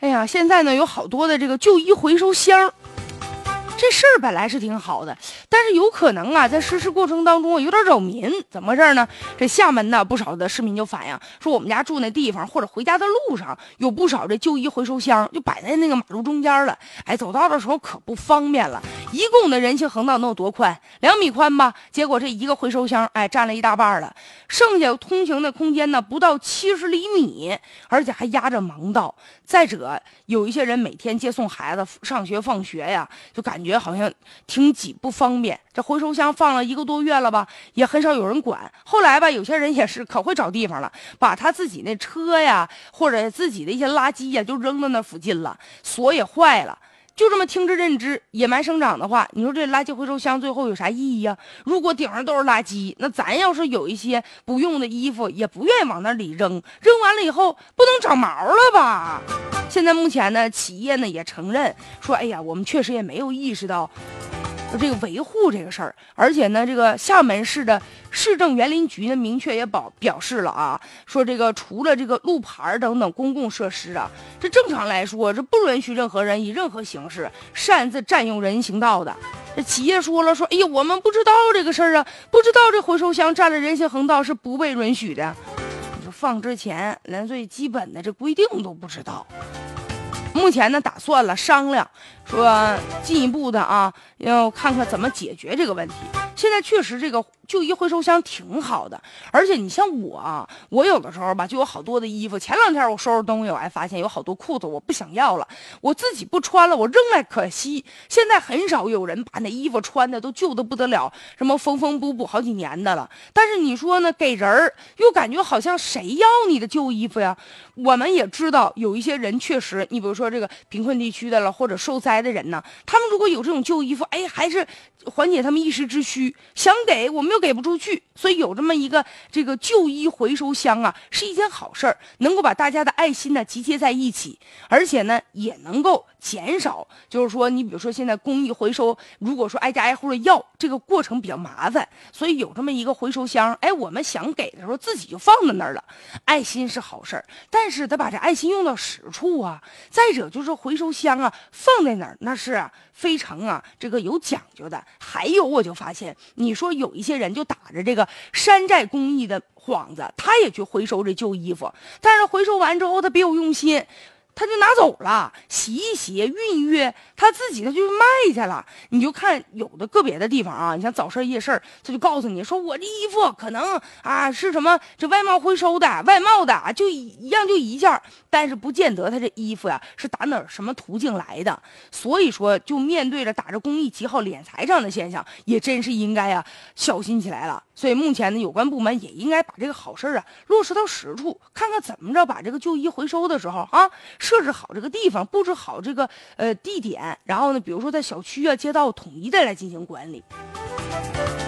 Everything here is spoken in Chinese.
哎呀，现在呢有好多的这个旧衣回收箱。这事儿本来是挺好的，但是有可能啊，在实施过程当中有点扰民。怎么回事呢？这厦门呢，不少的市民就反映说，我们家住那地方或者回家的路上，有不少这旧衣回收箱就摆在那个马路中间了。哎，走道的时候可不方便了。一共的人行横道能有多宽？2米宽吧。结果这一个回收箱，哎，占了一大半了，剩下通行的空间呢不到70厘米，而且还压着盲道。再者，有一些人每天接送孩子上学放学呀，就感觉好像挺挤不方便。这回收箱放了1个多月了吧，也很少有人管。后来吧，有些人也是可会找地方了，把他自己那车呀，或者自己的一些垃圾呀，就扔到那附近了，锁也坏了。就这么听之任之，野蛮生长的话，你说这垃圾回收箱最后有啥意义呀？如果顶上都是垃圾，那咱要是有一些不用的衣服，也不愿意往那里扔，扔完了以后不能长毛了吧？现在目前呢，企业呢也承认说，哎呀，我们确实也没有意识到这个维护这个事儿，而且呢，这个厦门市的市政园林局呢，明确也表示了啊，说这个除了这个路牌等等公共设施啊，这正常来说，这不允许任何人以任何形式擅自占用人行道的。这企业说了，说，哎呀，我们不知道这个事儿啊，不知道这回收箱占了人行横道是不被允许的。你说放之前连最基本的这规定都不知道。目前呢，打算了商量，说进一步的啊，要看看怎么解决这个问题。现在确实这个旧衣回收箱挺好的，而且你像我啊，我有的时候吧就有好多的衣服。前2天我收拾东西，我还发现有好多裤子我不想要了，我自己不穿了，我扔来可惜。现在很少有人把那衣服穿的都旧的不得了，什么缝缝补补好几年的了。但是你说呢，给人儿又感觉好像谁要你的旧衣服呀？我们也知道有一些人确实，你比如说这个贫困地区的了，或者受灾的人呢，他们如果有这种旧衣服，哎，还是缓解他们一时之需，想给我们又给不出去，所以有这么一个这个旧衣回收箱啊，是一件好事儿，能够把大家的爱心呢集结在一起，而且呢也能够减少，就是说你比如说现在公益回收，如果说挨家挨户的要，这个过程比较麻烦，所以有这么一个回收箱，哎，我们想给的时候自己就放在那儿了。爱心是好事儿，但是得把这爱心用到实处啊。再者就是回收箱啊，放在哪儿那是非常这个有讲究的。还有我就发现，你说有一些人就打着这个山寨工艺的幌子，他也去回收这旧衣服，但是回收完之后他别有用心，他就拿走了，洗一洗熨约，他自己他就卖去了。你就看有的个别的地方啊，你像早市夜市，他就告诉你说，我这衣服可能是什么这外贸回收的，外贸的就一样就一件，但是不见得他这衣服呀是打哪儿什么途径来的。所以说，就面对着打着公益旗号敛财这样的现象，也真是应该小心起来了。所以目前呢，有关部门也应该把这个好事落实到实处，看看怎么着把这个旧衣回收的时候设置好这个地方，布置好这个地点，然后呢，比如说在小区街道统一的来进行管理。